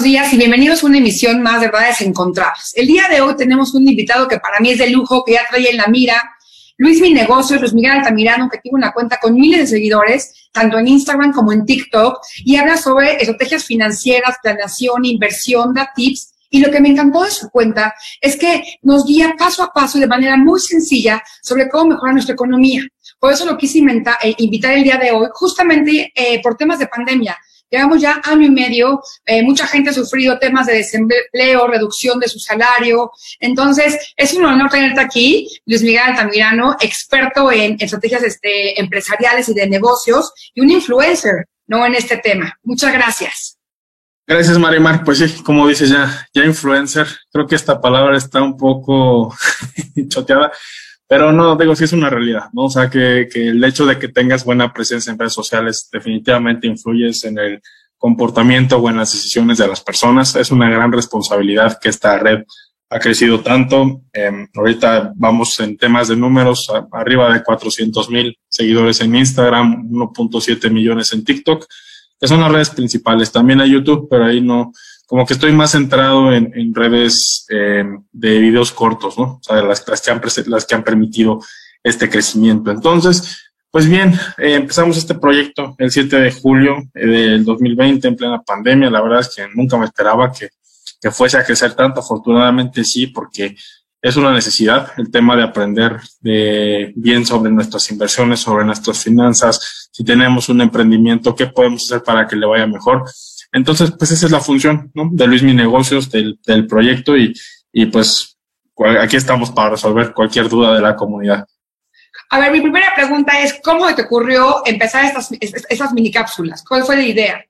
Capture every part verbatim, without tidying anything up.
buenos días y bienvenidos a una emisión más de Verdades Encontradas. El día de hoy tenemos un invitado que para mí es de lujo, que ya trae en la mira, Luis Mi Negocios, Luis Miguel Altamirano, que tiene una cuenta con miles de seguidores, tanto en Instagram como en TikTok, y habla sobre estrategias financieras, planeación, inversión, da tips. Y lo que me encantó de su cuenta es que nos guía paso a paso y de manera muy sencilla sobre cómo mejorar nuestra economía. Por eso lo quise inventa, eh, invitar el día de hoy, justamente eh, por temas de pandemia. Llevamos ya año y medio, eh, mucha gente ha sufrido temas de desempleo, reducción de su salario. Entonces, es un honor tenerte aquí, Luis Miguel Altamirano, experto en estrategias este, empresariales y de negocios y un influencer, ¿no?, en este tema. Muchas gracias. Gracias, Marimar. Pues sí, como dices, ya, ya influencer. Creo que esta palabra está un poco choteada. Pero no, digo, sí es una realidad, ¿no? O sea, que, que el hecho de que tengas buena presencia en redes sociales definitivamente influyes en el comportamiento o en las decisiones de las personas. Es una gran responsabilidad que esta red ha crecido tanto. Eh, ahorita vamos en temas de números, a, arriba de cuatrocientos mil seguidores en Instagram, uno punto siete millones en TikTok, que son las redes principales. También hay YouTube, pero ahí no... Como que estoy más centrado en, en redes eh, de videos cortos, ¿no? O sea, las, las, que han, las que han permitido este crecimiento. Entonces, pues bien, eh, empezamos este proyecto el siete de julio eh, del dos mil veinte, en plena pandemia. La verdad es que nunca me esperaba que, que fuese a crecer tanto. Afortunadamente sí, porque es una necesidad el tema de aprender de bien sobre nuestras inversiones, sobre nuestras finanzas. Si tenemos un emprendimiento, ¿qué podemos hacer para que le vaya mejor? Entonces, pues esa es la función, ¿no?, de Luis Mi Negocios, del, del proyecto, y, y pues aquí estamos para resolver cualquier duda de la comunidad. A ver, mi primera pregunta es, ¿cómo te ocurrió empezar estas, estas mini cápsulas? ¿Cuál fue la idea?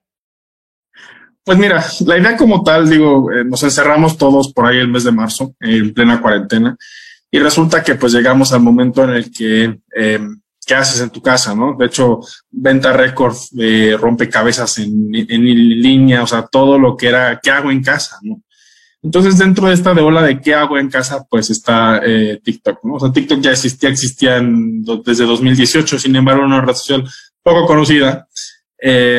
Pues mira, la idea como tal, digo, eh, nos encerramos todos por ahí el mes de marzo, en plena cuarentena, y resulta que pues llegamos al momento en el que... Eh, ¿qué haces en tu casa, no? De hecho, venta récord de rompecabezas en, en línea, o sea, todo lo que era, ¿qué hago en casa, no? Entonces, dentro de esta de ola de ¿qué hago en casa? Pues está eh, TikTok, ¿no? O sea, TikTok ya existía, existía en, desde dos mil dieciocho, sin embargo, una red social poco conocida. Eh,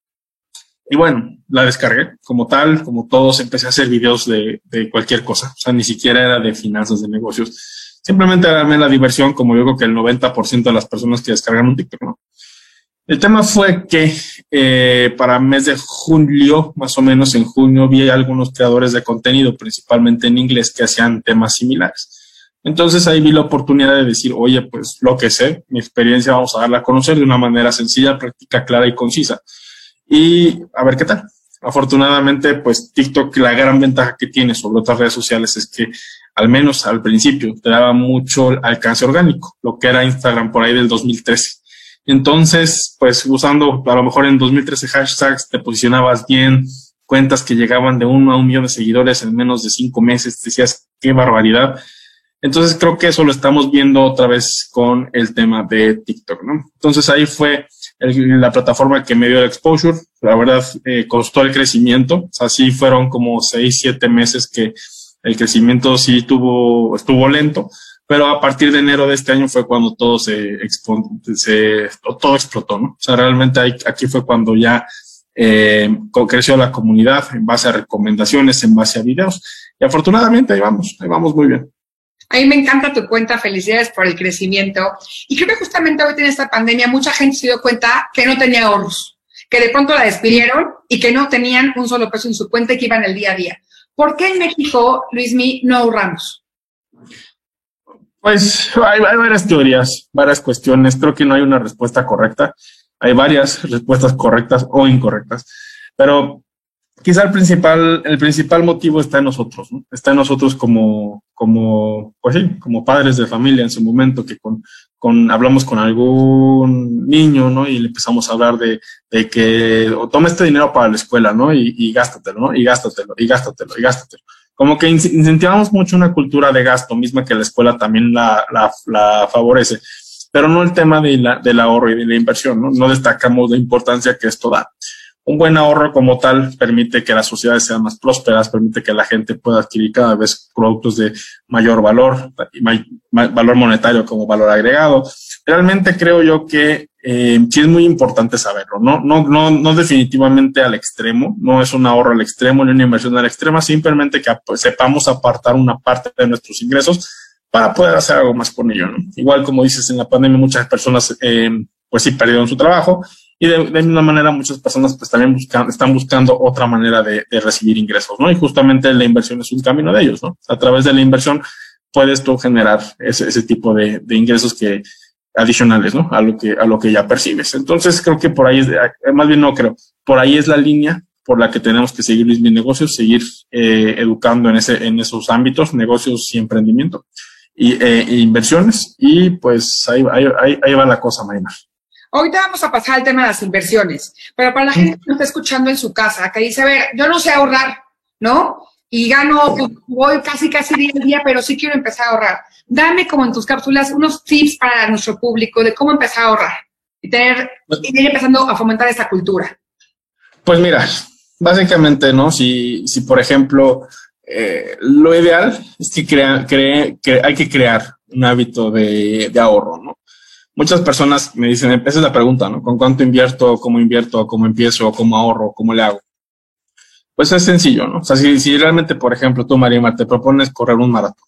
y bueno, la descargué como tal, como todos, empecé a hacer videos de, de cualquier cosa. O sea, ni siquiera era de finanzas, de negocios. Simplemente darme la diversión, como yo creo que el noventa por ciento de las personas que descargan un TikTok, ¿no? El tema fue que eh, para mes de julio, más o menos en junio, vi algunos creadores de contenido, principalmente en inglés, que hacían temas similares. Entonces ahí vi la oportunidad de decir, oye, pues lo que sé, mi experiencia vamos a darla a conocer de una manera sencilla, práctica, clara y concisa. Y a ver qué tal. Afortunadamente, pues TikTok, la gran ventaja que tiene sobre otras redes sociales es que, al menos al principio, te daba mucho alcance orgánico, lo que era Instagram por ahí del dos mil trece. Entonces, pues usando a lo mejor en dos mil trece hashtags, te posicionabas bien, cuentas que llegaban de uno a un millón de seguidores en menos de cinco meses, decías, qué barbaridad. Entonces creo que eso lo estamos viendo otra vez con el tema de TikTok, ¿no? Entonces ahí fue el, la plataforma que me dio el exposure. La verdad, eh, costó el crecimiento. O sea, sí fueron como seis, siete meses que el crecimiento sí tuvo, estuvo lento, pero a partir de enero de este año fue cuando todo se, expo, se todo explotó, ¿no? O sea, realmente ahí, aquí fue cuando ya eh, creció la comunidad en base a recomendaciones, en base a videos. Y afortunadamente ahí vamos, ahí vamos muy bien. A mí me encanta tu cuenta, felicidades por el crecimiento. Y creo que justamente ahorita en esta pandemia mucha gente se dio cuenta que no tenía ahorros, que de pronto la despidieron y que no tenían un solo peso en su cuenta y que iban el día a día. ¿Por qué en México, Luismi, no ahorramos? Pues hay, hay varias teorías, varias cuestiones. Creo que no hay una respuesta correcta. Hay varias respuestas correctas o incorrectas. Pero quizá el principal, el principal motivo está en nosotros, ¿no? Está en nosotros como, como, pues sí, como padres de familia en su momento, que con, con, hablamos con algún niño, ¿no? Y le empezamos a hablar de, de que, o toma este dinero para la escuela, ¿no? Y, y gástatelo, ¿no? Y gástatelo, y gástatelo, y gástatelo. Como que incentivamos mucho una cultura de gasto, misma que la escuela también la, la, la favorece, pero no el tema de la, del ahorro y de la inversión, ¿no? No destacamos la importancia que esto da. Un buen ahorro como tal permite que las sociedades sean más prósperas, permite que la gente pueda adquirir cada vez productos de mayor valor, valor monetario como valor agregado. Realmente creo yo que eh, sí es muy importante saberlo, ¿no? No, no, no definitivamente al extremo, no es un ahorro al extremo ni una inversión al extremo, simplemente que pues, sepamos apartar una parte de nuestros ingresos para poder hacer algo más con ello, ¿no? Igual como dices, en la pandemia muchas personas eh, pues sí perdieron su trabajo y de, de misma manera muchas personas pues también buscan, están buscando otra manera de, de recibir ingresos, ¿no? Y justamente la inversión es un camino de ellos, ¿no? A través de la inversión puedes tú generar ese, ese tipo de, de ingresos que adicionales, ¿no? A lo que, a lo que ya percibes. Entonces creo que por ahí es, más bien no creo, por ahí es la línea por la que tenemos que seguir mis negocios, seguir eh, educando en ese, en esos ámbitos, negocios y emprendimiento y eh, e inversiones. Y pues ahí, ahí, ahí, ahí va la cosa, Marina. Ahorita vamos a pasar al tema de las inversiones, pero para la gente que nos está escuchando en su casa, que dice, a ver, yo no sé ahorrar, ¿no? Y gano, pues, voy casi, casi día al día, pero sí quiero empezar a ahorrar. Dame, como en tus cápsulas, unos tips para nuestro público de cómo empezar a ahorrar y tener, y ir empezando a fomentar esta cultura. Pues mira, básicamente, ¿no? Si, si por ejemplo, eh, lo ideal es que, crea, crea, que hay que crear un hábito de, de ahorro, ¿no? Muchas personas me dicen, esa es la pregunta, ¿no? ¿Con cuánto invierto? ¿Cómo invierto? ¿Cómo empiezo? ¿Cómo ahorro? ¿Cómo le hago? Pues es sencillo, ¿no? O sea, si, si realmente, por ejemplo, tú, Marimar, te propones correr un maratón,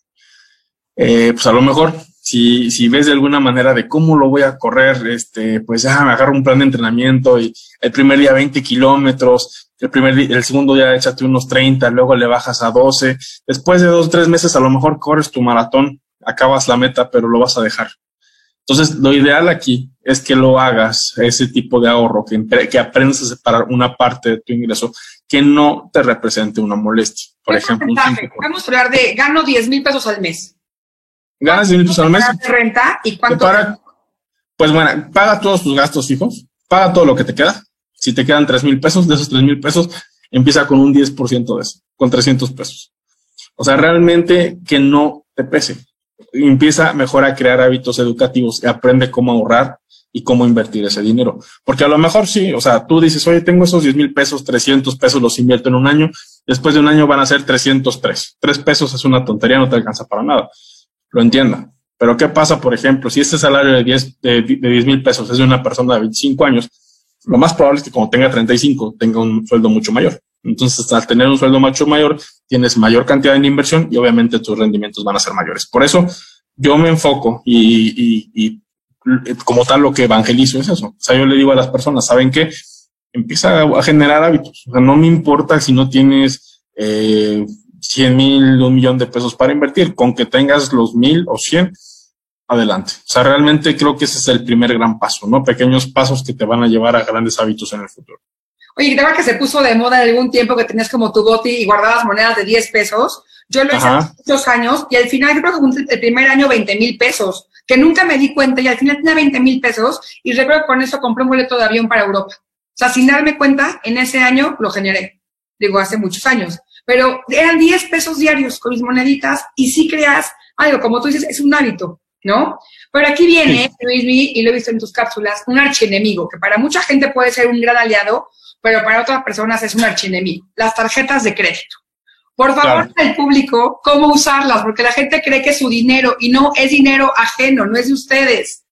eh, pues a lo mejor, si, si ves de alguna manera de cómo lo voy a correr, este, pues ya me agarro un plan de entrenamiento y el primer día veinte kilómetros, el primer día, el segundo día échate unos treinta, luego le bajas a doce, después de dos o tres meses a lo mejor corres tu maratón, acabas la meta, pero lo vas a dejar. Entonces, lo ideal aquí es que lo hagas, ese tipo de ahorro, que, que aprendas a separar una parte de tu ingreso que no te represente una molestia. Por ejemplo, un vamos a hablar de gano diez mil pesos al mes. ¿Ganas diez mil pesos al mes? ¿Cuánto de renta y cuánto? Para, pues bueno, paga todos tus gastos fijos, paga todo lo que te queda. Si te quedan tres mil pesos, de esos tres mil pesos, empieza con un diez por ciento de eso, con trescientos pesos. O sea, realmente que no te pese. Empieza mejor a crear hábitos educativos y aprende cómo ahorrar y cómo invertir ese dinero. Porque a lo mejor sí, o sea, tú dices, oye, tengo esos diez mil pesos, trescientos pesos los invierto en un año, después de un año van a ser trescientos tres. Tres pesos es una tontería, no te alcanza para nada. Lo entienda. Pero ¿qué pasa, por ejemplo, si este salario de diez de, de diez mil pesos es de una persona de veinticinco años, lo más probable es que cuando tenga treinta y cinco tenga un sueldo mucho mayor. Entonces, al tener un sueldo mucho mayor, tienes mayor cantidad de inversión y obviamente tus rendimientos van a ser mayores. Por eso yo me enfoco y, y, y como tal lo que evangelizo es eso. O sea, yo le digo a las personas, ¿saben qué? Empieza a generar hábitos. O sea, no me importa si no tienes eh, cien mil, un millón de pesos para invertir. Con que tengas los mil o cien, adelante. O sea, realmente creo que ese es el primer gran paso, ¿no? Pequeños pasos que te van a llevar a grandes hábitos en el futuro. Oye, ¿te acuerdas que se puso de moda en algún tiempo que tenías como tu boti y guardabas monedas de diez pesos? Yo lo hice hace muchos años y al final yo creo que junté el primer año veinte mil pesos, que nunca me di cuenta y al final tenía veinte mil pesos y recuerdo que con eso compré un boleto de avión para Europa. O sea, sin darme cuenta, en ese año lo generé. Digo, hace muchos años. Pero eran diez pesos diarios con mis moneditas y sí creas algo, como tú dices, es un hábito, ¿no? Pero aquí viene, sí. Luis, y lo he visto en tus cápsulas, un archienemigo, que para mucha gente puede ser un gran aliado, pero para otras personas es un archienemigo. Las tarjetas de crédito. Por favor, claro. Al público, ¿cómo usarlas? Porque la gente cree que es su dinero y no es dinero ajeno, no es de ustedes.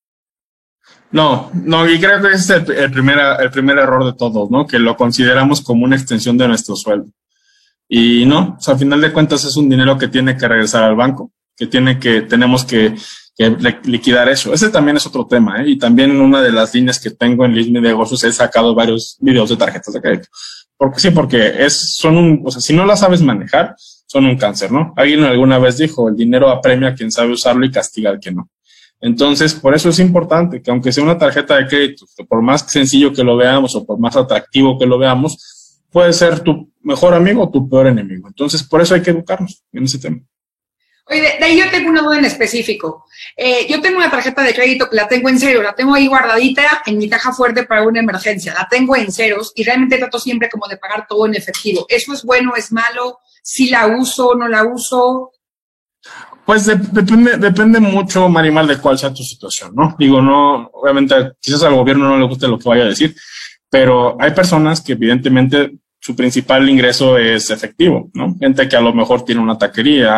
No, no, y creo que ese es el, el, primer, el primer error de todos, ¿no? Que lo consideramos como una extensión de nuestro sueldo. Y no, o sea, al final de cuentas es un dinero que tiene que regresar al banco, que tiene que, tenemos que, que liquidar eso. Ese también es otro tema, ¿eh? Y también una de las líneas que tengo en Luis Mi Negocios he sacado varios videos de tarjetas de crédito. Porque sí, porque es, son un, o sea, si no las sabes manejar, son un cáncer, ¿no? Alguien alguna vez dijo, el dinero apremia a quien sabe usarlo y castiga al que no. Entonces, por eso es importante que aunque sea una tarjeta de crédito, que por más sencillo que lo veamos o por más atractivo que lo veamos, puede ser tu mejor amigo o tu peor enemigo. Entonces, por eso hay que educarnos en ese tema. Oye, de, de ahí yo tengo una duda en específico. Eh, yo tengo una tarjeta de crédito que la tengo en cero, la tengo ahí guardadita en mi caja fuerte para una emergencia, la tengo en ceros y realmente trato siempre como de pagar todo en efectivo. ¿Eso es bueno, es malo? ¿Si la uso, no la uso? Pues de, depende, depende mucho, Marimar, de cuál sea tu situación, ¿no? Digo, no, obviamente, quizás al gobierno no le guste lo que vaya a decir, pero hay personas que evidentemente su principal ingreso es efectivo, ¿no? Gente que a lo mejor tiene una taquería,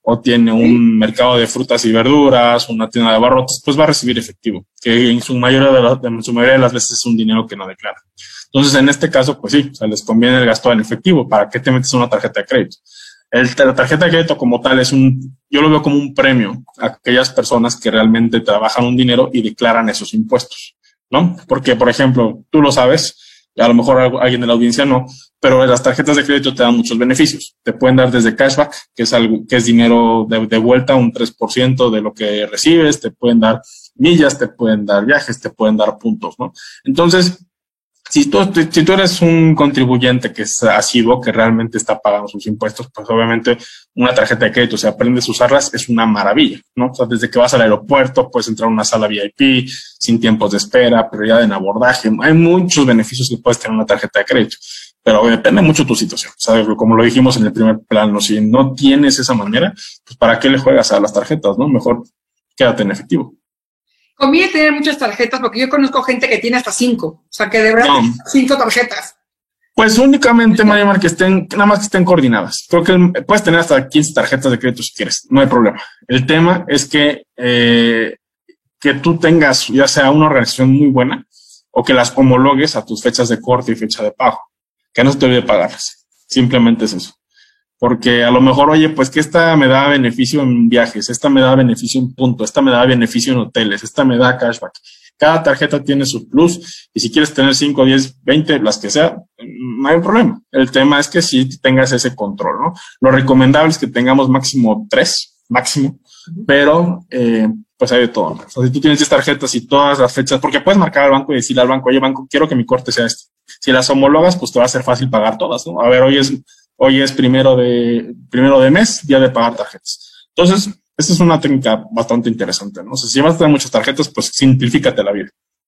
o tiene un mercado de frutas y verduras, una tienda de abarrotes, pues va a recibir efectivo, que en su mayoría de, la, en su mayoría de las veces es un dinero que no declara. Entonces, en este caso, pues sí, o sea, les conviene el gasto en efectivo. ¿Para qué te metes una tarjeta de crédito? El, la tarjeta de crédito como tal es un, yo lo veo como un premio a aquellas personas que realmente trabajan un dinero y declaran esos impuestos, ¿no? Porque, por ejemplo, tú lo sabes, y a lo mejor alguien de la audiencia no, pero las tarjetas de crédito te dan muchos beneficios. Te pueden dar desde cashback, que es algo, que es dinero de, de vuelta, un tres por ciento de lo que recibes, te pueden dar millas, te pueden dar viajes, te pueden dar puntos, ¿no? Entonces, Si tú, si tú eres un contribuyente que es asiduo, que realmente está pagando sus impuestos, pues obviamente una tarjeta de crédito, si aprendes a usarlas, es una maravilla, ¿no? O sea, desde que vas al aeropuerto, puedes entrar a una sala V I P, sin tiempos de espera, prioridad en abordaje. Hay muchos beneficios que puedes tener en una tarjeta de crédito, pero depende mucho de tu situación, ¿sabes? Como lo dijimos en el primer plano, si no tienes esa manera, pues ¿para qué le juegas a las tarjetas, no? Mejor quédate en efectivo. Conviene tener muchas tarjetas porque yo conozco gente que tiene hasta cinco. O sea, que de verdad no. cinco tarjetas. Pues únicamente, Marimar, que estén, nada más que estén coordinadas. Creo que el, puedes tener hasta quince tarjetas de crédito si quieres, no hay problema. El tema es que, eh, que tú tengas ya sea una organización muy buena o que las homologues a tus fechas de corte y fecha de pago. Que no se te olvide pagarlas. Simplemente es eso. Porque a lo mejor, oye, pues que esta me da beneficio en viajes, esta me da beneficio en punto, esta me da beneficio en hoteles, esta me da cashback. Cada tarjeta tiene su plus y si quieres tener cinco, diez, veinte, las que sea, no hay problema. El tema es que sí tengas ese control, ¿no? Lo recomendable es que tengamos máximo tres, máximo, pero eh, pues hay de todo, ¿no? O sea, si tú tienes diez tarjetas y todas las fechas, porque puedes marcar al banco y decirle al banco, oye, banco, quiero que mi corte sea este. Si las homologas, pues te va a ser fácil pagar todas, ¿no? A ver, hoy es... Hoy es primero de, primero de mes, día de pagar tarjetas. Entonces, esa es una técnica bastante interesante, ¿no? O sea, si vas a tener muchas tarjetas, pues simplifícate la vida.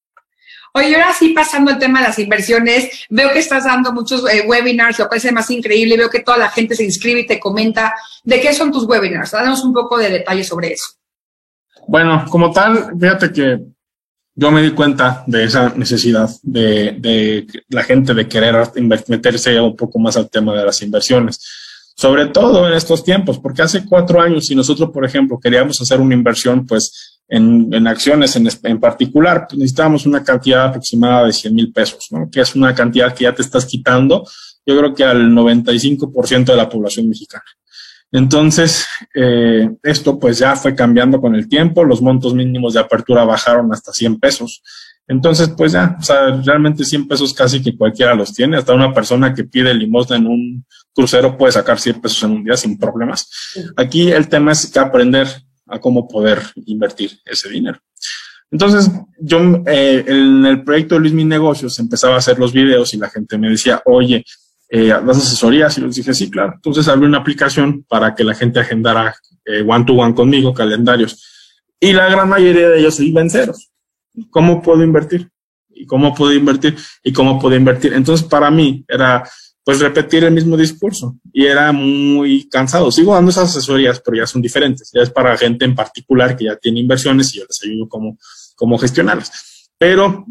Oye, ahora sí, pasando al tema de las inversiones, veo que estás dando muchos eh, webinars, lo cual es más increíble. Veo que toda la gente se inscribe y te comenta. ¿De qué son tus webinars? Danos un poco de detalle sobre eso. Bueno, como tal, fíjate que yo me di cuenta de esa necesidad de, de la gente de querer meterse un poco más al tema de las inversiones, sobre todo en estos tiempos, porque hace cuatro años, si nosotros, por ejemplo, queríamos hacer una inversión, pues, en, en acciones en, en particular, pues necesitábamos una cantidad aproximada de cien mil pesos, ¿no? Que es una cantidad que ya te estás quitando, yo creo que al noventa y cinco por ciento de la población mexicana. Entonces, eh, esto pues ya fue cambiando con el tiempo, los montos mínimos de apertura bajaron hasta cien pesos. Entonces, pues ya, o sea, realmente cien pesos casi que cualquiera los tiene. Hasta una persona que pide limosna en un crucero puede sacar cien pesos en un día sin problemas. Aquí el tema es que aprender a cómo poder invertir ese dinero. Entonces, yo eh, en el proyecto de Luis Mi Negocios empezaba a hacer los videos y la gente me decía, oye, Eh, las asesorías, y les dije, sí, claro. Entonces abrí una aplicación para que la gente agendara eh, one to one conmigo, calendarios. Y la gran mayoría de ellos iban ceros. ¿Cómo puedo invertir? ¿Y cómo puedo invertir? ¿Y cómo puedo invertir? Entonces, para mí era, pues, repetir el mismo discurso. Y era muy cansado. Sigo dando esas asesorías, pero ya son diferentes. Ya es para gente en particular que ya tiene inversiones y yo les ayudo cómo, cómo gestionarlas. Pero,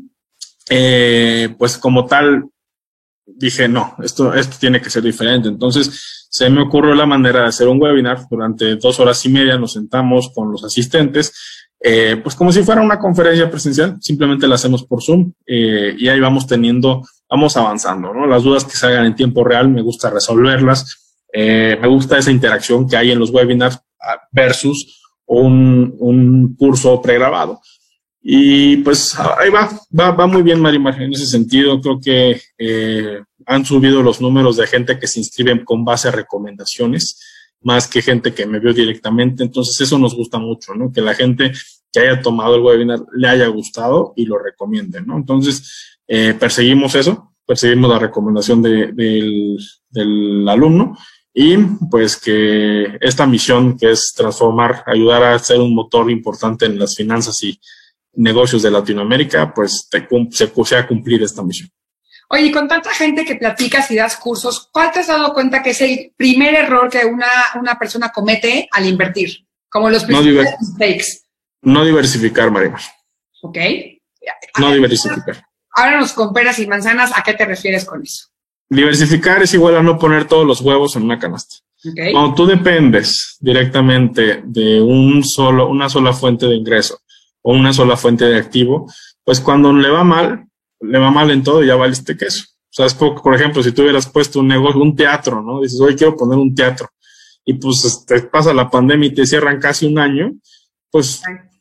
eh, pues, como tal, dije, no, esto, esto tiene que ser diferente. Entonces, se me ocurrió la manera de hacer un webinar. Durante dos horas y media nos sentamos con los asistentes, eh, pues como si fuera una conferencia presencial, simplemente la hacemos por Zoom, eh, y ahí vamos teniendo, vamos avanzando, ¿no? Las dudas que se hagan en tiempo real, me gusta resolverlas. Eh, me gusta esa interacción que hay en los webinars versus un, un curso pregrabado. Y pues ahí va, va, va muy bien, Marimar, en ese sentido. Creo que eh, han subido los números de gente que se inscriben con base a recomendaciones, más que gente que me vio directamente. Entonces eso nos gusta mucho, ¿no? Que la gente que haya tomado el webinar le haya gustado y lo recomiende, ¿no? Entonces eh, perseguimos eso, perseguimos la recomendación de, del, del alumno y pues que esta misión que es transformar, ayudar a ser un motor importante en las finanzas y negocios de Latinoamérica, pues te, se, se a cumplir esta misión. Oye, con tanta gente que platicas y das cursos, ¿cuál te has dado cuenta que es el primer error que una, una persona comete al invertir? Como los principales no mistakes. No diversificar, Marimar. Ok. No ver, diversificar. Ahora nos con peras y manzanas, ¿a qué te refieres con eso? Diversificar es igual a no poner todos los huevos en una canasta. Okay. Cuando tú dependes directamente de un solo, una sola fuente de ingreso o una sola fuente de activo, pues cuando le va mal, le va mal en todo y ya valiste queso. O sea, es por, por ejemplo, si tú hubieras puesto un negocio, un teatro, ¿no? Dices, oye, quiero poner un teatro. Y pues te pasa la pandemia y te cierran casi un año, pues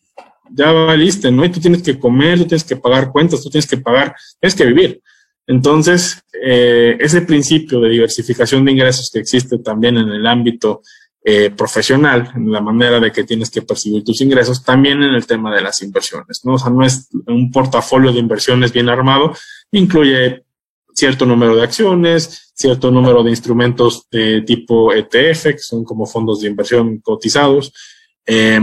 ya valiste, ¿no? Y tú tienes que comer, tú tienes que pagar cuentas, tú tienes que pagar, tienes que vivir. Entonces, eh, ese principio de diversificación de ingresos que existe también en el ámbito eh, profesional, en la manera de que tienes que percibir tus ingresos, también en el tema de las inversiones, ¿no? O sea, no es un portafolio de inversiones bien armado, incluye cierto número de acciones, cierto número de instrumentos de tipo E T F, que son como fondos de inversión cotizados, eh,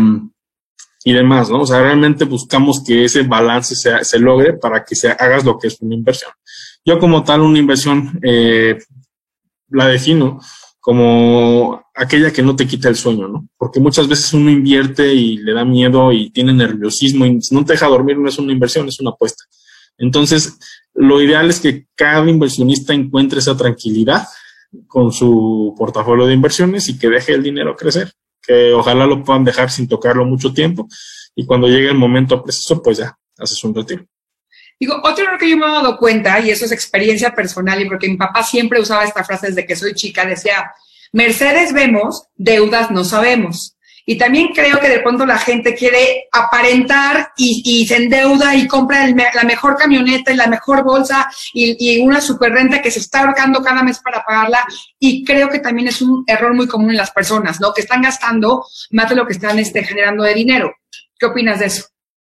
y demás, ¿no? O sea, realmente buscamos que ese balance se, se logre para que se hagas lo que es una inversión. Yo como tal, una inversión eh, la defino como aquella que no te quita el sueño, ¿no? Porque muchas veces uno invierte y le da miedo y tiene nerviosismo y no te deja dormir, no es una inversión, es una apuesta. Entonces, lo ideal es que cada inversionista encuentre esa tranquilidad con su portafolio de inversiones y que deje el dinero crecer, que ojalá lo puedan dejar sin tocarlo mucho tiempo y cuando llegue el momento preciso, pues ya, haces un retiro. Digo, otro error que yo me he dado cuenta, y eso es experiencia personal, y porque mi papá siempre usaba esta frase desde que soy chica, decía, Mercedes vemos, deudas no sabemos. Y también creo que de pronto la gente quiere aparentar y, y se endeuda y compra el, la mejor camioneta y la mejor bolsa y, y una super renta que se está ahorcando cada mes para pagarla. Y creo que también es un error muy común en las personas, ¿no? Que están gastando más de lo que están este, generando de dinero. ¿Qué opinas de eso?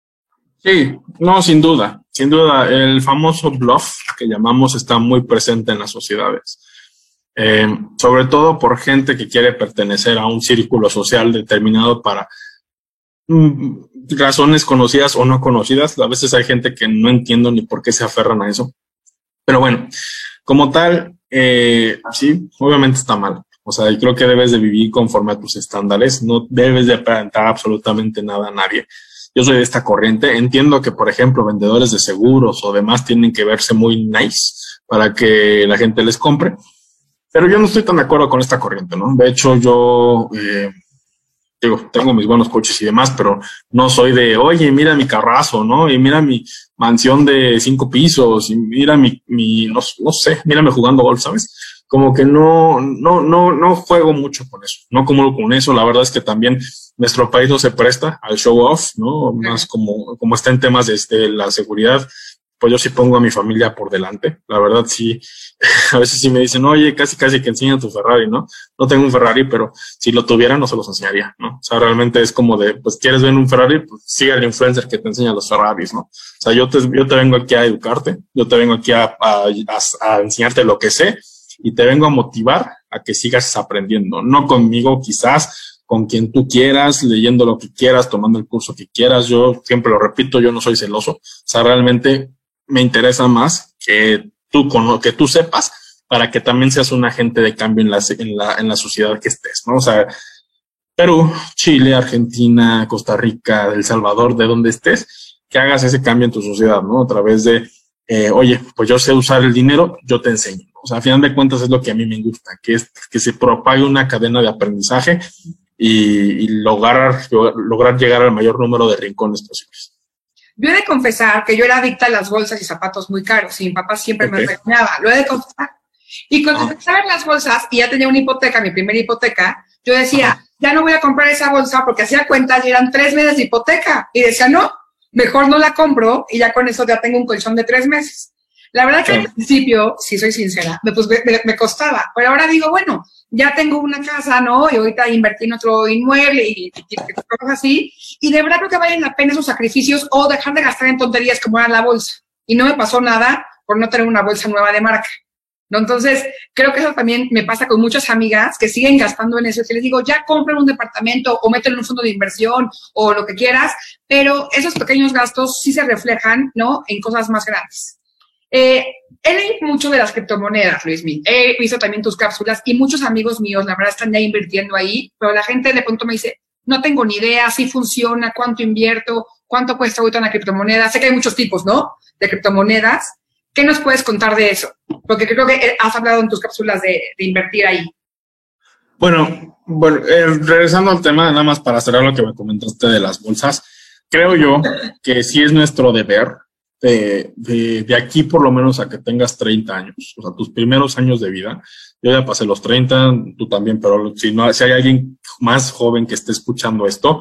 Sí, no, sin duda. Sin duda, el famoso bluff que llamamos está muy presente en las sociedades. Eh, sobre todo por gente que quiere pertenecer a un círculo social determinado para mm, razones conocidas o no conocidas. A veces hay gente que no entiendo ni por qué se aferran a eso. Pero bueno, como tal, eh, sí, obviamente está mal. O sea, yo creo que debes de vivir conforme a tus estándares. No debes de aparentar absolutamente nada a nadie. Yo soy de esta corriente. Entiendo que, por ejemplo, vendedores de seguros o demás tienen que verse muy nice para que la gente les compre. Pero yo no estoy tan de acuerdo con esta corriente, ¿no? De hecho, yo, eh, digo, tengo mis buenos coches y demás, pero no soy de, oye, mira mi carrazo, ¿no? Y mira mi mansión de cinco pisos, y mira mi, mi no, no sé, mírame jugando golf, ¿sabes? Como que no, no, no, no juego mucho con eso, no como con eso. La verdad es que también nuestro país no se presta al show off, ¿no? Más como, como está en temas de este, la seguridad. Pues yo sí pongo a mi familia por delante. La verdad, sí, a veces sí me dicen, oye, casi, casi que enseña tu Ferrari, ¿no? No tengo un Ferrari, pero si lo tuviera, no se los enseñaría, ¿no? O sea, realmente es como de, pues, ¿quieres ver un Ferrari? Pues sigue al influencer que te enseña los Ferraris, ¿no? O sea, yo te, yo te vengo aquí a educarte, yo te vengo aquí a, a, a, a enseñarte lo que sé y te vengo a motivar a que sigas aprendiendo. No conmigo, quizás, con quien tú quieras, leyendo lo que quieras, tomando el curso que quieras. Yo siempre lo repito, yo no soy celoso. O sea, realmente me interesa más que tú, que tú sepas para que también seas un agente de cambio en la, en la, en la sociedad que estés, ¿no? O sea, Perú, Chile, Argentina, Costa Rica, El Salvador, de donde estés, que hagas ese cambio en tu sociedad, ¿no? A través de, eh, oye, pues yo sé usar el dinero, yo te enseño. O sea, a final de cuentas es lo que a mí me gusta, que es que se propague una cadena de aprendizaje y, y lograr, lograr llegar al mayor número de rincones posibles. Yo he de confesar que yo era adicta a las bolsas y zapatos muy caros y mi papá siempre okay. me regañaba, lo he de confesar. Y cuando empecé a ver las bolsas y ya tenía una hipoteca, mi primera hipoteca, yo decía, uh-huh. ya no voy a comprar esa bolsa porque hacía cuentas y eran tres meses de hipoteca. Y decía, no, mejor no la compro y ya con eso ya tengo un colchón de tres meses. La verdad que uh-huh. al principio, si soy sincera, me, pues, me, me costaba, pero ahora digo, bueno, ya tengo una casa, ¿no? Y ahorita invertí en otro inmueble y, y, y cosas así. Y de verdad creo que valen la pena esos sacrificios o dejar de gastar en tonterías como era la bolsa. Y no me pasó nada por no tener una bolsa nueva de marca, ¿no? Entonces, creo que eso también me pasa con muchas amigas que siguen gastando en eso. Que les digo, ya compren un departamento o mételo en un fondo de inversión o lo que quieras, pero esos pequeños gastos sí se reflejan, ¿no? En cosas más grandes. Eh, he leído mucho de las criptomonedas, Luismi. He visto también tus cápsulas y muchos amigos míos, la verdad, están ya invirtiendo ahí, pero la gente de pronto me dice, no tengo ni idea si funciona, cuánto invierto, cuánto cuesta ahorita una criptomoneda. Sé que hay muchos tipos, ¿no? De criptomonedas. ¿Qué nos puedes contar de eso? Porque creo que has hablado en tus cápsulas de, de invertir ahí. Bueno, bueno eh, regresando al tema, nada más para cerrar lo que me comentaste de las bolsas, creo yo que sí es nuestro deber de, de, de aquí por lo menos a que tengas treinta años, o sea, tus primeros años de vida. Yo ya pasé los treinta, tú también, pero si, no, si hay alguien más joven que esté escuchando esto,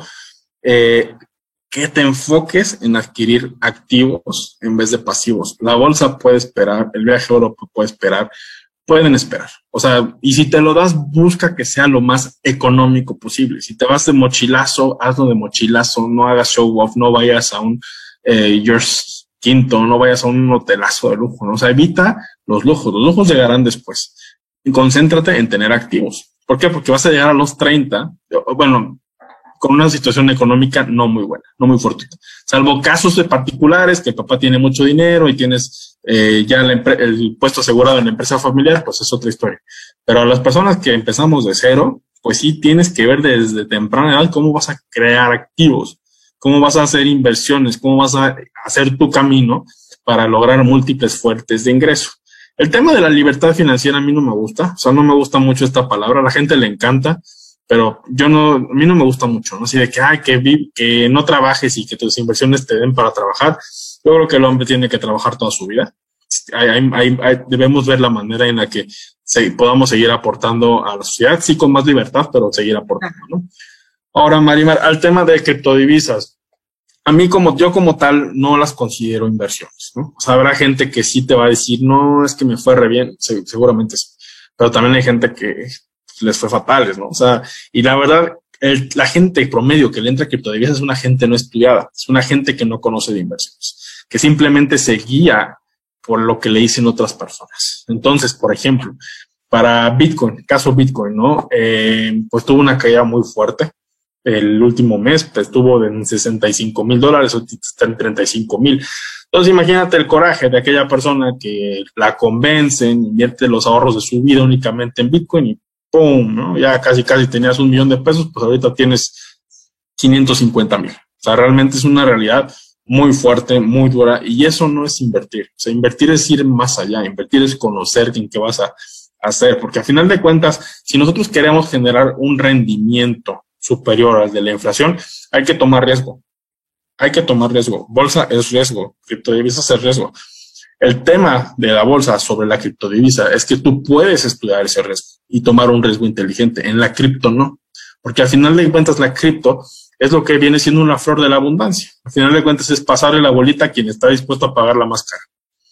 eh, que te enfoques en adquirir activos en vez de pasivos. La bolsa puede esperar, el viaje a Europa puede esperar, pueden esperar. O sea, y si te lo das, busca que sea lo más económico posible. Si te vas de mochilazo, hazlo de mochilazo, no hagas show off, no vayas a un eh, Yours Quinto, no vayas a un hotelazo de lujo, ¿no? O sea, evita los lujos, los lujos llegarán después. Y concéntrate en tener activos. ¿Por qué? Porque vas a llegar a los treinta, bueno, con una situación económica no muy buena, no muy fortuita. Salvo casos de particulares, que el papá tiene mucho dinero y tienes eh, ya el, el puesto asegurado en la empresa familiar, pues es otra historia. Pero a las personas que empezamos de cero, pues sí tienes que ver desde temprana edad cómo vas a crear activos, cómo vas a hacer inversiones, cómo vas a hacer tu camino para lograr múltiples fuentes de ingreso. El tema de la libertad financiera a mí no me gusta, o sea, no me gusta mucho esta palabra, a la gente le encanta, pero yo no, a mí no me gusta mucho, ¿no? Así de que, ay, que, vi, que no trabajes y que tus inversiones te den para trabajar. Yo creo que el hombre tiene que trabajar toda su vida. Hay, hay, hay, debemos ver la manera en la que se, podamos seguir aportando a la sociedad, sí con más libertad, pero seguir aportando, ¿no? Ahora, Marimar, al tema de criptodivisas. A mí, como yo como tal, no las considero inversiones, ¿no? O sea, habrá gente que sí te va a decir, no, es que me fue re bien, seguramente sí. Pero también hay gente que les fue fatales, ¿no? O sea, y la verdad, el, la gente promedio que le entra a criptodivisas es una gente no estudiada, es una gente que no conoce de inversiones, que simplemente se guía por lo que le dicen otras personas. Entonces, por ejemplo, para Bitcoin, caso Bitcoin, ¿no? Eh, pues tuvo una caída muy fuerte. El último mes pues, estuvo en sesenta y cinco mil dólares, ahorita está en treinta y cinco mil. Entonces imagínate el coraje de aquella persona que la convencen, invierte los ahorros de su vida únicamente en Bitcoin y ¡pum! ¿No? Ya casi casi tenías un millón de pesos, pues ahorita tienes quinientos cincuenta mil. O sea, realmente es una realidad muy fuerte, muy dura, y eso no es invertir. O sea, invertir es ir más allá, invertir es conocer en qué vas a hacer, porque a final de cuentas, si nosotros queremos generar un rendimiento superior al de la inflación, hay que tomar riesgo. Hay que tomar riesgo. Bolsa es riesgo, criptodivisas es riesgo. El tema de la bolsa sobre la criptodivisa es que tú puedes estudiar ese riesgo y tomar un riesgo inteligente. En la cripto no, porque al final de cuentas la cripto es lo que viene siendo una flor de la abundancia. Al final de cuentas es pasarle la bolita a quien está dispuesto a pagar la más cara.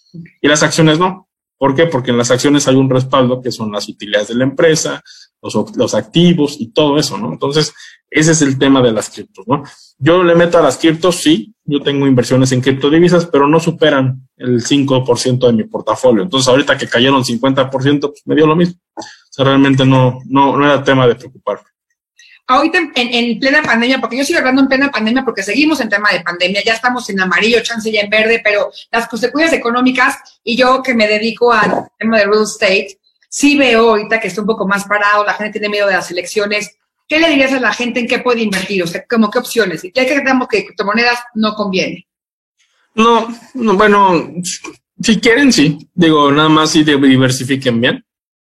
Y las acciones no. ¿Por qué? Porque en las acciones hay un respaldo que son las utilidades de la empresa, los, los activos y todo eso, ¿no? Entonces, ese es el tema de las criptos, ¿no? Yo le meto a las criptos, sí, yo tengo inversiones en criptodivisas, pero no superan el cinco por ciento de mi portafolio. Entonces, ahorita que cayeron cincuenta por ciento, pues me dio lo mismo. O sea, realmente no, no, no era tema de preocuparme. Ahorita en, en plena pandemia, porque yo sigo hablando en plena pandemia porque seguimos en tema de pandemia, ya estamos en amarillo, chance ya en verde, pero las consecuencias económicas, y yo que me dedico al tema de real estate, sí veo ahorita que está un poco más parado, la gente tiene miedo de las elecciones. ¿Qué le dirías a la gente en qué puede invertir? O sea, como qué opciones. Ya que creemos que criptomonedas no conviene. No, no, bueno, si quieren, sí. Digo, nada más si diversifiquen bien.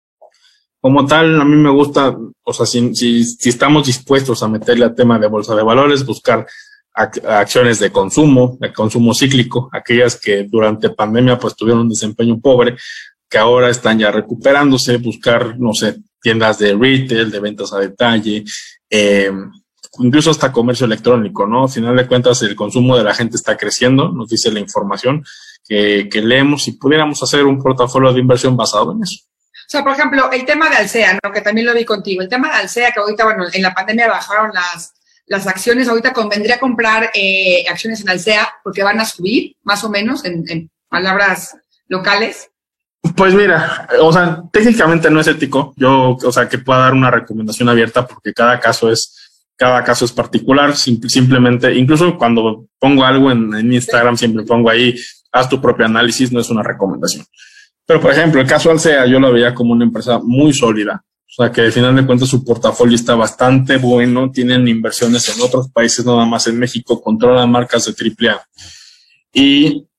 Como tal, a mí me gusta, o sea, si, si, si estamos dispuestos a meterle al tema de bolsa de valores, buscar ac acciones de consumo, de consumo cíclico, aquellas que durante pandemia pues tuvieron un desempeño pobre, que ahora están ya recuperándose, buscar, no sé, tiendas de retail, de ventas a detalle, eh, incluso hasta comercio electrónico, ¿no? Al final de cuentas, el consumo de la gente está creciendo, nos dice la información que, que leemos, y pudiéramos hacer un portafolio de inversión basado en eso. O sea, por ejemplo, el tema de Alsea, ¿no? Que también lo vi contigo. El tema de Alsea, que ahorita, bueno, en la pandemia bajaron las, las acciones. Ahorita convendría comprar eh, acciones en Alsea porque van a subir, más o menos, en, en palabras locales. Pues mira, o sea, técnicamente no es ético. Yo, o sea, que pueda dar una recomendación abierta porque cada caso es, cada caso es particular. Sim simplemente, incluso cuando pongo algo en, en Instagram, siempre pongo ahí, haz tu propio análisis, no es una recomendación. Pero, por ejemplo, el caso Alsea yo lo veía como una empresa muy sólida. O sea, que al final de cuentas su portafolio está bastante bueno. Tienen inversiones en otros países, no nada más en México. Controlan marcas de triple A. Y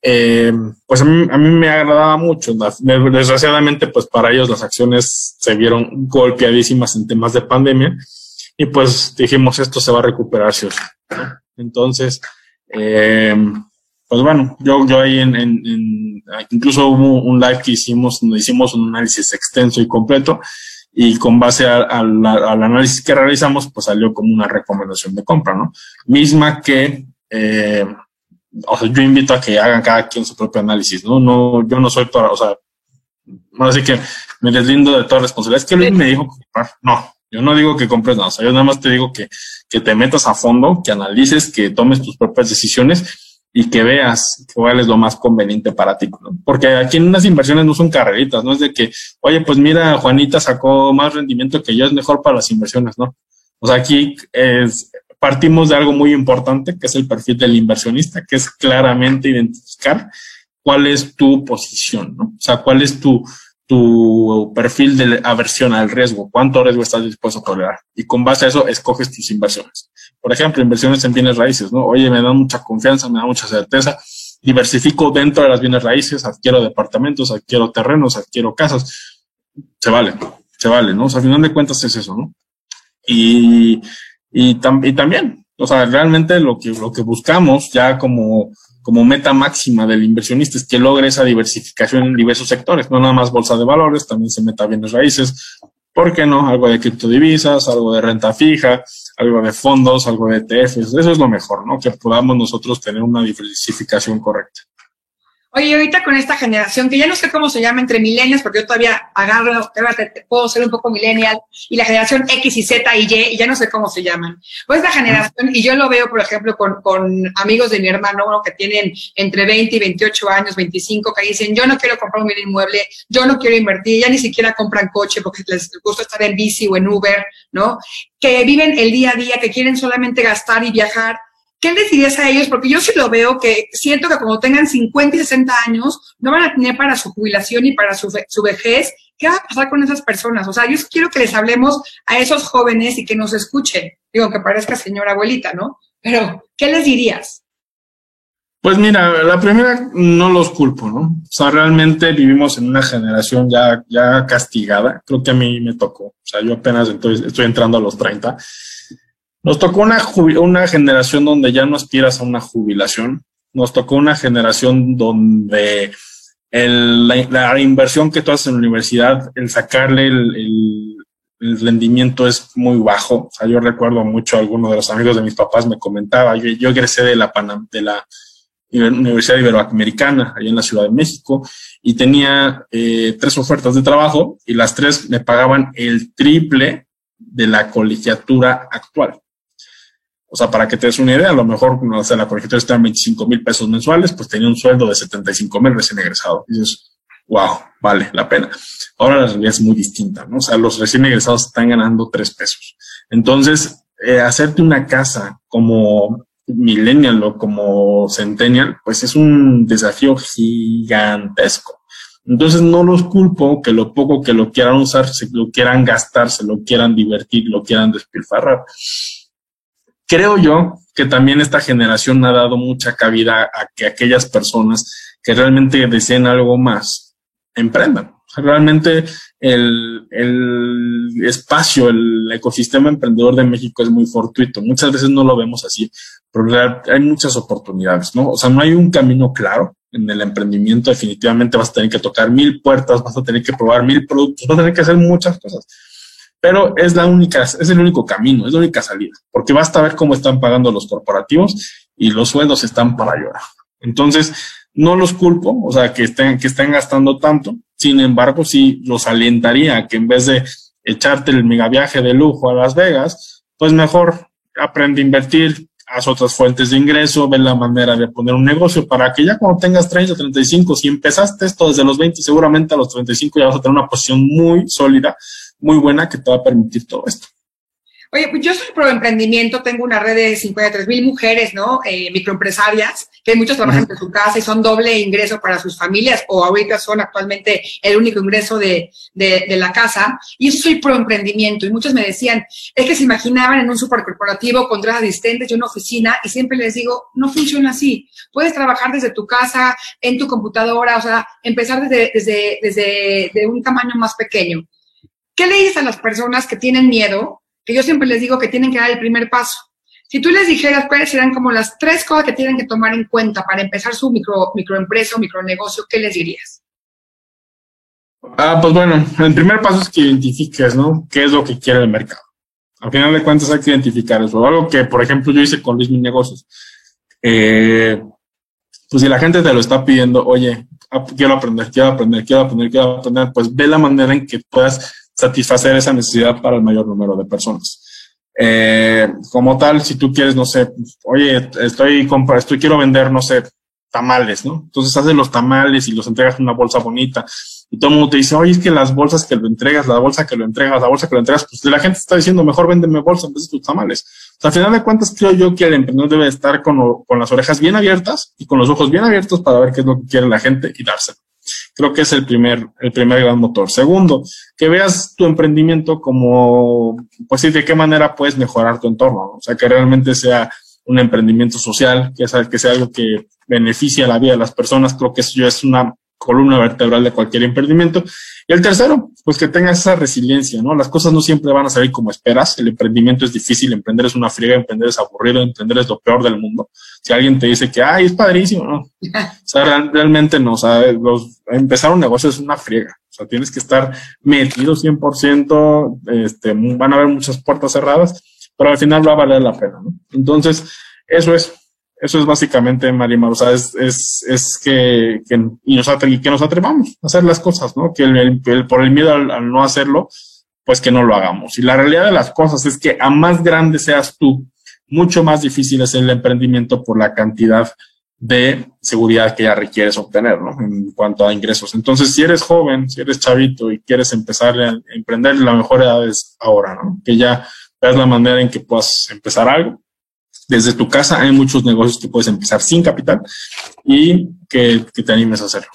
eh, pues a mí, a mí me agradaba mucho. Desgraciadamente, pues para ellos las acciones se vieron golpeadísimas en temas de pandemia y pues dijimos, esto se va a recuperar, sí o sí, ¿no? Entonces, eh, pues bueno, yo, yo ahí en, en, en, incluso hubo un live que hicimos, donde hicimos un análisis extenso y completo, y con base a, a la, al análisis que realizamos, pues salió como una recomendación de compra, ¿no? Misma que, eh, o sea, yo invito a que hagan cada quien su propio análisis, ¿no? No, yo no soy para, o sea, no, así que me deslindo de toda responsabilidad. Es que Luis me dijo comprar. No, yo no digo que compres nada, o sea, yo nada más te digo que, que te metas a fondo, que analices, que tomes tus propias decisiones y que veas cuál es lo más conveniente para ti, ¿no? Porque aquí en unas inversiones no son carreritas, no es de que, oye, pues mira, Juanita sacó más rendimiento que yo, es mejor para las inversiones, ¿no? O sea, aquí es, partimos de algo muy importante, que es el perfil del inversionista, que es claramente identificar cuál es tu posición, ¿no? O sea, cuál es tu, tu perfil de aversión al riesgo, cuánto riesgo estás dispuesto a tolerar. Y con base a eso, escoges tus inversiones. Por ejemplo, inversiones en bienes raíces, ¿no? Oye, me da mucha confianza, me da mucha certeza. Diversifico dentro de las bienes raíces, adquiero departamentos, adquiero terrenos, adquiero casas. Se vale, se vale, ¿no? O sea, al final de cuentas es eso, ¿no? Y, y, tam, y también, o sea, realmente lo que, lo que buscamos ya como, como meta máxima del inversionista es que logre esa diversificación en diversos sectores, no nada más bolsa de valores, también se meta bienes raíces, ¿por qué no? Algo de criptodivisas, algo de renta fija, algo de fondos, algo de E T Fs, eso es lo mejor, ¿no? Que podamos nosotros tener una diversificación correcta. Oye, ahorita con esta generación, que ya no sé cómo se llama entre millennials, porque yo todavía agarro, te, te puedo ser un poco millennial, y la generación X y Z y Y, y ya no sé cómo se llaman. Pues la generación, y yo lo veo, por ejemplo, con, con amigos de mi hermano, ¿no? Que tienen entre veinte y veintiocho años, veinticinco, que dicen, yo no quiero comprar un bien inmueble, yo no quiero invertir, ya ni siquiera compran coche porque les gusta estar en bici o en Uber, ¿no? Que viven el día a día, que quieren solamente gastar y viajar. ¿Qué les dirías a ellos? Porque yo sí lo veo, que siento que cuando tengan cincuenta y sesenta años, no van a tener para su jubilación y para su, su vejez. ¿Qué va a pasar con esas personas? O sea, yo quiero que les hablemos a esos jóvenes y que nos escuchen. Digo, que parezca señora abuelita, ¿no? Pero, ¿qué les dirías? Pues mira, la primera no los culpo, ¿no? O sea, realmente vivimos en una generación ya, ya castigada. Creo que a mí me tocó. O sea, yo apenas estoy, estoy entrando a los treinta. Nos tocó una, una generación donde ya no aspiras a una jubilación. Nos tocó una generación donde el, la, la inversión que tú haces en la universidad, el sacarle el, el, el rendimiento es muy bajo. O sea, yo recuerdo mucho a algunos de los amigos de mis papás me comentaba, yo, yo egresé de la, Panam, de la Universidad Iberoamericana, allá en la Ciudad de México, y tenía eh, tres ofertas de trabajo y las tres me pagaban el triple de la colegiatura actual. O sea, para que te des una idea, a lo mejor, no sé, la colegiatura está en veinticinco mil pesos mensuales, pues tenía un sueldo de setenta y cinco mil recién egresado. Y dices, wow, vale la pena. Ahora la realidad es muy distinta, ¿no? O sea, los recién egresados están ganando tres pesos. Entonces, eh, hacerte una casa como millennial o como centennial, pues es un desafío gigantesco. Entonces, no los culpo que lo poco que lo quieran usar, se lo quieran gastar, se lo quieran divertir, lo quieran despilfarrar. Creo yo que también esta generación ha dado mucha cabida a que aquellas personas que realmente deseen algo más emprendan. O sea, realmente el, el espacio, el ecosistema emprendedor de México es muy fortuito. Muchas veces no lo vemos así, pero hay muchas oportunidades, ¿no? O sea, no hay un camino claro en el emprendimiento. Definitivamente vas a tener que tocar mil puertas, vas a tener que probar mil productos, vas a tener que hacer muchas cosas. Pero es la única, es el único camino, es la única salida, porque basta ver cómo están pagando los corporativos y los sueldos están para llorar. Entonces, no los culpo, o sea, que estén, que estén gastando tanto. Sin embargo, sí los alentaría a que en vez de echarte el megaviaje de lujo a Las Vegas, pues mejor aprende a invertir, haz otras fuentes de ingreso, ve la manera de poner un negocio para que ya cuando tengas treinta, treinta y cinco, si empezaste esto desde los veinte, seguramente a los treinta y cinco ya vas a tener una posición muy sólida, muy buena que te va a permitir todo esto. Oye, pues yo soy pro emprendimiento, tengo una red de cincuenta y tres mil mujeres, ¿no? Eh, microempresarias, que muchos trabajan uh-huh. en su casa y son doble ingreso para sus familias, o ahorita son actualmente el único ingreso de, de, de la casa. Y yo soy pro emprendimiento. Y muchos me decían, es que se imaginaban en un supercorporativo con tres asistentes y una oficina, y siempre les digo, no funciona así. Puedes trabajar desde tu casa, en tu computadora, o sea, empezar desde, desde, desde de un tamaño más pequeño. ¿Qué le dices a las personas que tienen miedo? Que yo siempre les digo que tienen que dar el primer paso. Si tú les dijeras cuáles serán como las tres cosas que tienen que tomar en cuenta para empezar su micro, microempresa o micronegocio, ¿qué les dirías? Ah, pues bueno, el primer paso es que identifiques, ¿no? ¿Qué es lo que quiere el mercado? Al final de cuentas hay que identificar eso. Algo que, por ejemplo, yo hice con Luis Mi Negocios. Eh, pues si la gente te lo está pidiendo, oye, quiero aprender, quiero aprender, quiero aprender, quiero aprender, pues ve la manera en que puedas satisfacer esa necesidad para el mayor número de personas. Eh, como tal, si tú quieres, no sé, oye, estoy, compra, estoy quiero vender, no sé, tamales, ¿no? Entonces haces los tamales y los entregas en una bolsa bonita y todo el mundo te dice, oye, es que las bolsas que lo entregas, la bolsa que lo entregas, la bolsa que lo entregas, pues la gente está diciendo, mejor véndeme bolsa en vez de tus tamales. O sea, al final de cuentas, creo yo que el emprendedor debe estar con, con las orejas bien abiertas y con los ojos bien abiertos para ver qué es lo que quiere la gente y dárselo. Creo que es el primer, el primer gran motor. Segundo, que veas tu emprendimiento como, pues sí, de qué manera puedes mejorar tu entorno, ¿no? O sea, que realmente sea un emprendimiento social, que sea, que sea algo que beneficie a la vida de las personas. Creo que eso ya es una columna vertebral de cualquier emprendimiento. Y el tercero, pues que tengas esa resiliencia, ¿no? Las cosas no siempre van a salir como esperas. El emprendimiento es difícil, emprender es una friega, emprender es aburrido, emprender es lo peor del mundo. Si alguien te dice que, ay, es padrísimo, ¿no? O sea, real, realmente no, o sea, los, empezar un negocio es una friega. O sea, tienes que estar metido cien por ciento, este, van a haber muchas puertas cerradas, pero al final va a valer la pena, ¿no? Entonces, eso es. Eso es básicamente, Marimar, o sea, es, es, es que, que, y nos atre, que nos atrevamos a hacer las cosas, ¿no? Que el, el, el, por el miedo al, al no hacerlo, pues que no lo hagamos. Y la realidad de las cosas es que a más grande seas tú, mucho más difícil es el emprendimiento por la cantidad de seguridad que ya requieres obtener, ¿no? En cuanto a ingresos. Entonces, si eres joven, si eres chavito y quieres empezar a emprender, la mejor edad es ahora, ¿no? Que ya veas la manera en que puedas empezar algo. Desde tu casa hay muchos negocios que puedes empezar sin capital y que, que te animes a hacerlo.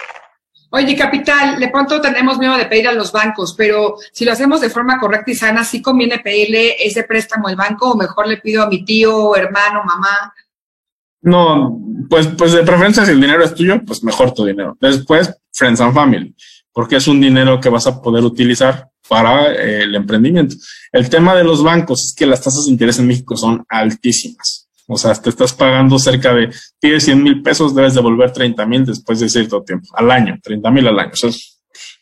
Oye, capital, de pronto tenemos miedo de pedir a los bancos, pero si lo hacemos de forma correcta y sana, ¿sí conviene pedirle ese préstamo al banco o mejor le pido a mi tío, hermano, mamá? No, pues, pues de preferencia si el dinero es tuyo, pues mejor tu dinero. Después, friends and family, porque es un dinero que vas a poder utilizar para eh, el emprendimiento. El tema de los bancos es que las tasas de interés en México son altísimas. O sea, te estás pagando cerca de, pides cien mil pesos, debes devolver treinta mil después de cierto tiempo, al año, treinta mil al año. Eso es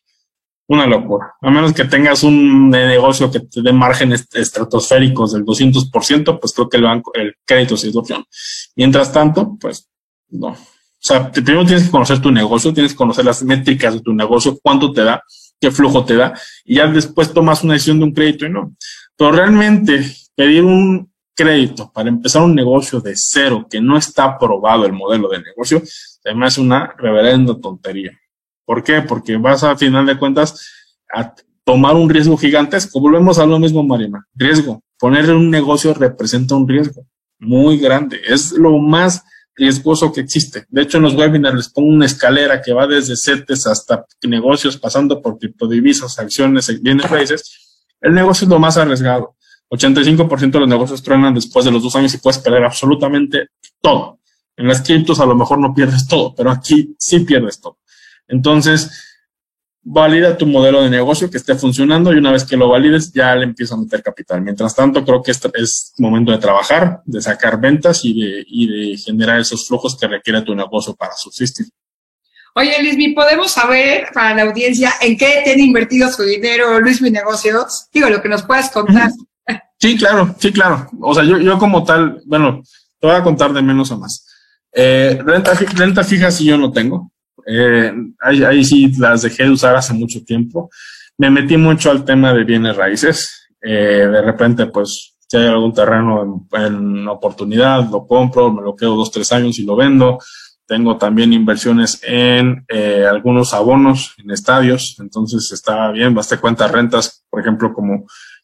una locura. A menos que tengas un negocio que te dé márgenes estratosféricos del doscientos por ciento, pues creo que el banco, el crédito sí es la opción. Mientras tanto, pues no. O sea, primero tienes que conocer tu negocio, tienes que conocer las métricas de tu negocio, cuánto te da, qué flujo te da, y ya después tomas una decisión de un crédito y no. Pero realmente pedir un crédito para empezar un negocio de cero que no está aprobado el modelo de negocio, me hace una reverenda tontería. ¿Por qué? Porque vas a final de cuentas a tomar un riesgo gigantesco. Volvemos a lo mismo, Marima. Riesgo. Ponerle un negocio representa un riesgo muy grande. Es lo más riesgoso que existe. De hecho, en los webinars les pongo una escalera que va desde CETES hasta negocios, pasando por criptodivisas, acciones, bienes raíces. El negocio es lo más arriesgado. ochenta y cinco por ciento de los negocios truenan después de los dos años y puedes perder absolutamente todo. En las criptos a lo mejor no pierdes todo, pero aquí sí pierdes todo. Entonces, valida tu modelo de negocio que esté funcionando y una vez que lo valides ya le empiezas a meter capital. Mientras tanto, creo que este es momento de trabajar, de sacar ventas y de, y de generar esos flujos que requiere tu negocio para subsistir. Oye, Luismi, ¿podemos saber para la audiencia en qué tiene invertido su dinero Luismi Negocios? Digo, lo que nos puedas contar. Sí, claro, sí, claro. O sea, yo, yo como tal, bueno, te voy a contar de menos a más. Eh, renta, renta fija sí yo no tengo. Eh, ahí, ahí sí las dejé de usar hace mucho tiempo. Me metí mucho al tema de bienes raíces. Eh, de repente, pues, si hay algún terreno en, en oportunidad, lo compro, me lo quedo dos, tres años y lo vendo. Tengo también inversiones en eh, algunos abonos en estadios. Entonces está bien, basta cuenta rentas, por ejemplo, como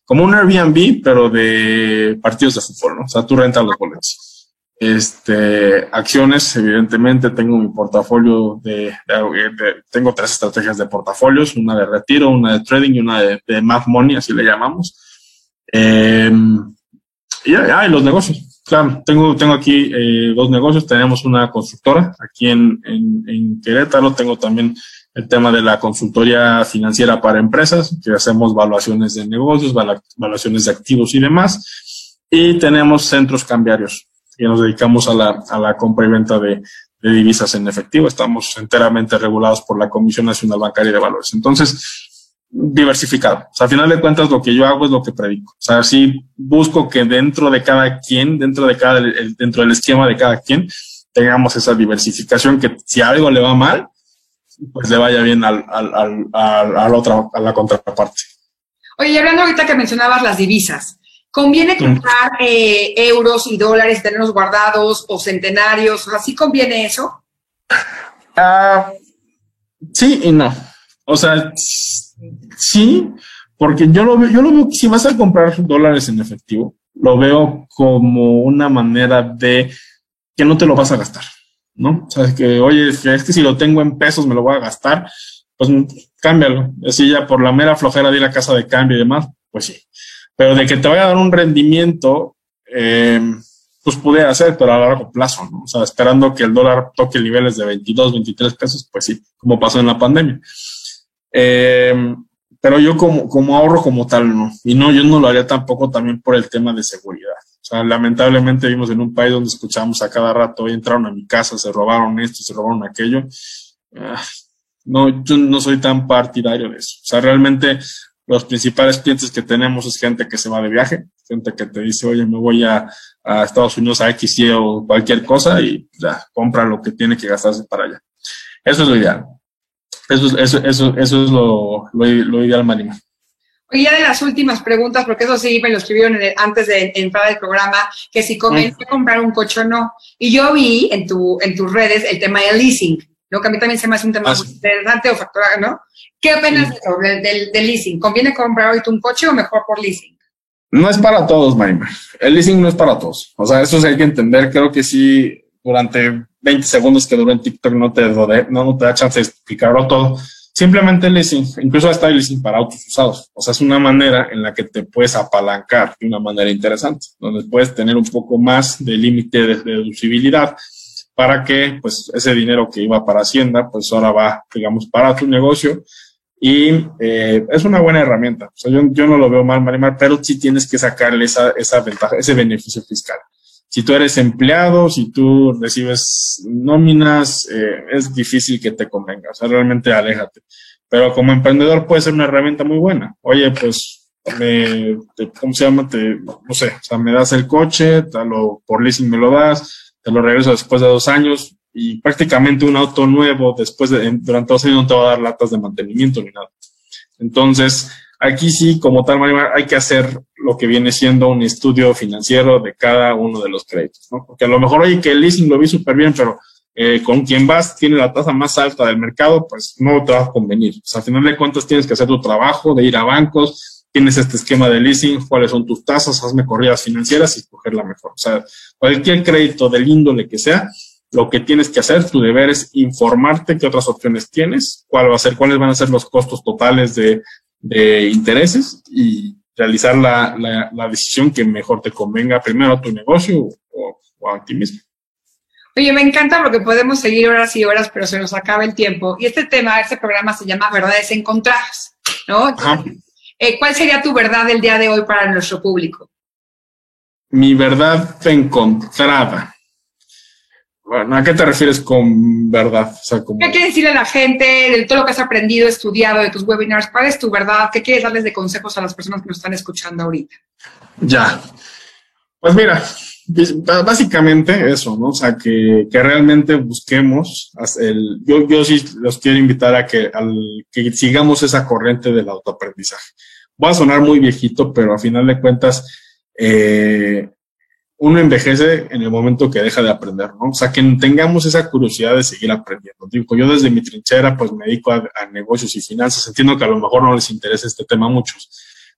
como un Airbnb, pero de partidos de fútbol, ¿no? O sea, tú rentas los boletos. Este, acciones, evidentemente, tengo mi portafolio de, de, de tengo tres estrategias de portafolios, una de retiro, una de trading y una de, de mad money, así le llamamos. Eh, y ah, y los negocios. Claro, tengo, tengo aquí eh, dos negocios. Tenemos una constructora aquí en, en, en Querétaro. Tengo también el tema de la consultoría financiera para empresas, que hacemos valuaciones de negocios, valuaciones de activos y demás. Y tenemos centros cambiarios, que nos dedicamos a la, a la compra y venta de, de divisas en efectivo. Estamos enteramente regulados por la Comisión Nacional Bancaria y de Valores. Entonces, diversificado. O sea, a final de cuentas, lo que yo hago es lo que predico. O sea, sí busco que dentro de cada quien, dentro de cada, el, dentro del esquema de cada quien, tengamos esa diversificación, que si algo le va mal, pues le vaya bien al, al, al, al, al otra, a la contraparte. Oye, y hablando ahorita que mencionabas las divisas, ¿conviene comprar mm. eh, euros y dólares, tenerlos guardados o centenarios? O sea, ¿sí conviene eso? Uh, sí y no. O sea, sí, porque yo lo veo, yo lo veo, si vas a comprar dólares en efectivo, lo veo como una manera de que no te lo vas a gastar, ¿no? O sea, que, oye, es que si lo tengo en pesos me lo voy a gastar, pues cámbialo. Así ya por la mera flojera de ir a casa de cambio y demás, pues sí. Pero de que te vaya a dar un rendimiento, eh, pues pudiera hacer, pero a largo plazo, ¿no? O sea, esperando que el dólar toque niveles de veintidós, veintitrés pesos, pues sí, como pasó en la pandemia. Eh, pero yo como, como ahorro como tal, no. Y no, yo no lo haría tampoco también por el tema de seguridad. O sea, lamentablemente vivimos en un país donde escuchamos a cada rato, hoy entraron a mi casa, se robaron esto, se robaron aquello. Ah, no, yo no soy tan partidario de eso. O sea, realmente los principales clientes que tenemos es gente que se va de viaje, gente que te dice, oye, me voy a, a Estados Unidos a X, Y o cualquier cosa y ya, compra lo que tiene que gastarse para allá. Eso es lo ideal. Eso, eso, eso, eso es lo, lo, lo ideal, Marina. Oye, ya de las últimas preguntas, porque eso sí me lo escribieron en el, antes de entrar al programa, que si conviene mm. comprar un coche o no. Y yo vi en tu en tus redes el tema del leasing, ¿no? Que a mí también se me hace un tema ah, muy sí. interesante o factoral, ¿no? ¿Qué opinas sí. del, del, del leasing? ¿Conviene comprar ahorita un coche o mejor por leasing? No es para todos, Marina. El leasing no es para todos. O sea, eso sí hay que entender. Creo que sí, durante veinte segundos que duró en TikTok no te, no, no te da chance de explicarlo todo. Simplemente el leasing, incluso está el leasing para autos usados. O sea, es una manera en la que te puedes apalancar de una manera interesante, donde puedes tener un poco más de límite de, de deducibilidad para que, pues, ese dinero que iba para Hacienda, pues ahora va, digamos, para tu negocio. Y eh, es una buena herramienta. O sea, yo, yo no lo veo mal, Marimar, pero sí tienes que sacarle esa, esa ventaja, ese beneficio fiscal. Si tú eres empleado, si tú recibes nóminas, eh, es difícil que te convenga. O sea, realmente aléjate. Pero como emprendedor puede ser una herramienta muy buena. Oye, pues, me, te, ¿cómo se llama? Te, no sé, o sea, me das el coche, te lo, por leasing me lo das, te lo regreso después de dos años y prácticamente un auto nuevo después de, durante dos años no te va a dar latas de mantenimiento ni nada. Entonces, aquí sí, como tal, Marimar, hay que hacer lo que viene siendo un estudio financiero de cada uno de los créditos, ¿no? Porque a lo mejor, oye, que el leasing lo vi súper bien, pero eh, con quien vas tiene la tasa más alta del mercado, pues no te va a convenir. O sea, al final de cuentas tienes que hacer tu trabajo de ir a bancos, tienes este esquema de leasing, cuáles son tus tasas, hazme corridas financieras y escoger la mejor. O sea, cualquier crédito del índole que sea, lo que tienes que hacer, tu deber es informarte qué otras opciones tienes, cuál va a ser, cuáles van a ser los costos totales de de intereses y realizar la, la, la decisión que mejor te convenga primero a tu negocio o, o a ti mismo. Oye, me encanta porque podemos seguir horas y horas, pero se nos acaba el tiempo. Y este tema, este programa se llama Verdades Encontradas, ¿no? Entonces, eh, ¿cuál sería tu verdad del día de hoy para nuestro público? Mi verdad encontrada. Bueno, ¿a qué te refieres con verdad? O sea, como... ¿Qué quieres decirle a la gente de todo lo que has aprendido, estudiado de tus webinars? ¿Cuál es tu verdad? ¿Qué quieres darles de consejos a las personas que nos están escuchando ahorita? Ya. Pues mira, básicamente eso, ¿no? O sea, que, que realmente busquemos el... Yo, yo sí los quiero invitar a que, al, que sigamos esa corriente del autoaprendizaje. Va a sonar muy viejito, pero a final de cuentas... Eh, uno envejece en el momento que deja de aprender, ¿no? O sea, que tengamos esa curiosidad de seguir aprendiendo. Digo, yo desde mi trinchera, pues me dedico a, a negocios y finanzas. Entiendo que a lo mejor no les interesa este tema a muchos,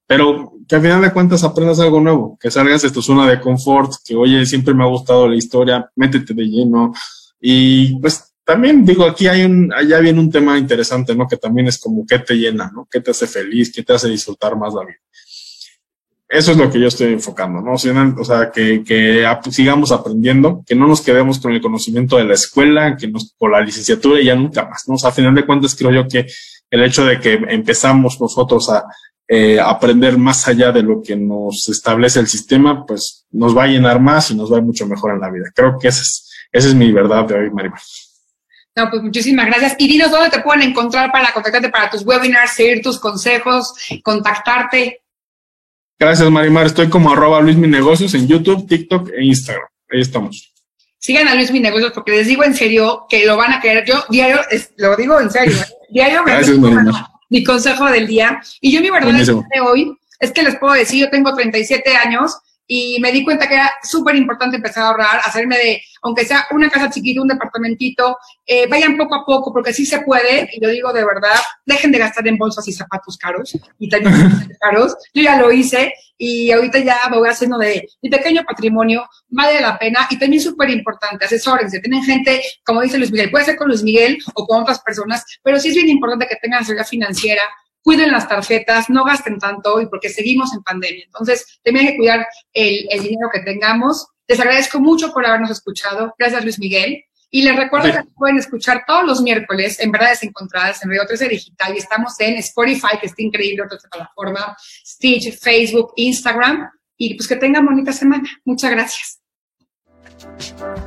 pero que al final de cuentas aprendas algo nuevo, que salgas de tu zona de confort, que oye, siempre me ha gustado la historia, métete de lleno. Y pues también digo, aquí hay un, allá viene un tema interesante, ¿no? Que también es como qué te llena, ¿no? ¿Qué te hace feliz? ¿Qué te hace disfrutar más la vida? Eso es lo que yo estoy enfocando, ¿no? O sea, que, que sigamos aprendiendo, que no nos quedemos con el conocimiento de la escuela, que nos, con la licenciatura y ya nunca más, ¿no? O sea, a final de cuentas creo yo que el hecho de que empezamos nosotros a eh, aprender más allá de lo que nos establece el sistema, pues nos va a llenar más y nos va a ir mucho mejor en la vida. Creo que esa es, esa es mi verdad de hoy, Maribel. No, pues muchísimas gracias. Y dinos dónde te pueden encontrar para contactarte para tus webinars, seguir tus consejos, contactarte. Gracias, Marimar. Estoy como arroba Luis Mi Negocios en YouTube, TikTok e Instagram. Ahí estamos. Sigan a Luis Mi Negocios porque les digo en serio que lo van a querer. Yo diario, es, lo digo en serio, ¿eh? Diario me Gracias, Marimar. Mi consejo del día. Y yo mi verdad de hoy es que les puedo decir, yo tengo treinta y siete años y me di cuenta que era súper importante empezar a ahorrar, hacerme de, aunque sea una casa chiquita, un departamentito, eh, vayan poco a poco, porque sí se puede, y lo digo de verdad, dejen de gastar en bolsas y zapatos caros, y también caros. Yo ya lo hice, y ahorita ya me voy haciendo de mi pequeño patrimonio, vale la pena, y también súper importante, asesórense, tienen gente, como dice Luis Miguel, puede ser con Luis Miguel o con otras personas, pero sí es bien importante que tengan seguridad financiera, cuiden las tarjetas, no gasten tanto, y porque seguimos en pandemia. Entonces, también hay que cuidar el, el dinero que tengamos. Les agradezco mucho por habernos escuchado. Gracias, Luis Miguel. Y les recuerdo sí. que pueden escuchar todos los miércoles en Verdades Encontradas en Radio trece Digital. Y estamos en Spotify, que está increíble, otra plataforma, Stitch, Facebook, Instagram. Y pues que tengan bonita semana. Muchas gracias.